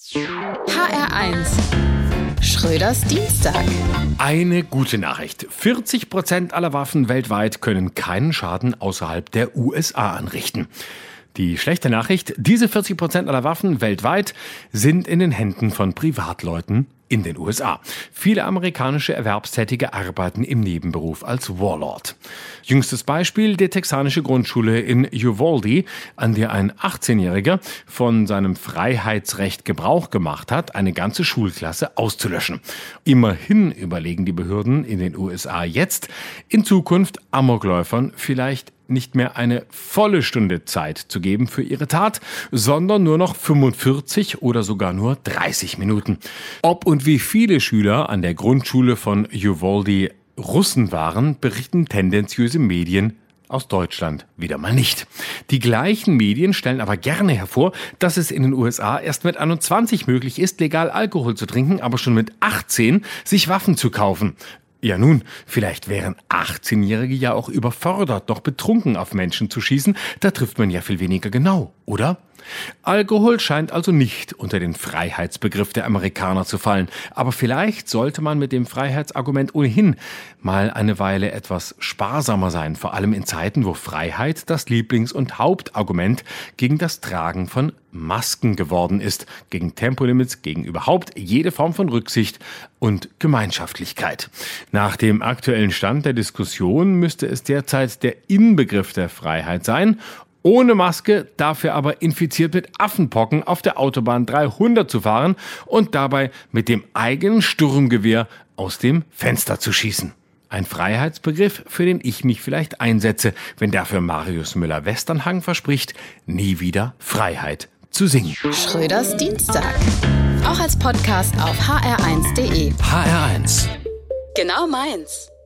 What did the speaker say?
HR1 Schröders Dienstag. Eine gute Nachricht. 40% aller Waffen weltweit können keinen Schaden außerhalb der USA anrichten. Die schlechte Nachricht, diese 40% aller Waffen weltweit sind in den Händen von Privatleuten in den USA. Viele amerikanische Erwerbstätige arbeiten im Nebenberuf als Warlord. Jüngstes Beispiel, die texanische Grundschule in Uvalde, an der ein 18-Jähriger von seinem Freiheitsrecht Gebrauch gemacht hat, eine ganze Schulklasse auszulöschen. Immerhin überlegen die Behörden in den USA jetzt, in Zukunft Amokläufern vielleicht nicht mehr eine volle Stunde Zeit zu geben für ihre Tat, sondern nur noch 45 oder sogar nur 30 Minuten. Ob und wie viele Schüler an der Grundschule von Uvalde Russen waren, berichten tendenziöse Medien aus Deutschland wieder mal nicht. Die gleichen Medien stellen aber gerne hervor, dass es in den USA erst mit 21 möglich ist, legal Alkohol zu trinken, aber schon mit 18 sich Waffen zu kaufen. Ja nun, vielleicht wären 18-Jährige ja auch überfordert, noch betrunken auf Menschen zu schießen. Da trifft man ja viel weniger genau, oder? Alkohol scheint also nicht unter den Freiheitsbegriff der Amerikaner zu fallen. Aber vielleicht sollte man mit dem Freiheitsargument ohnehin mal eine Weile etwas sparsamer sein. Vor allem in Zeiten, wo Freiheit das Lieblings- und Hauptargument gegen das Tragen von Masken geworden ist. Gegen Tempolimits, gegen überhaupt jede Form von Rücksicht und Gemeinschaftlichkeit. Nach dem aktuellen Stand der Diskussion müsste es derzeit der Inbegriff der Freiheit sein, ohne Maske, dafür aber infiziert mit Affenpocken auf der Autobahn 300 zu fahren und dabei mit dem eigenen Sturmgewehr aus dem Fenster zu schießen. Ein Freiheitsbegriff, für den ich mich vielleicht einsetze, wenn dafür Marius Müller-Westernhagen verspricht, nie wieder Freiheit zu singen. Schröders Dienstag. Auch als Podcast auf hr1.de. HR1. Genau meins.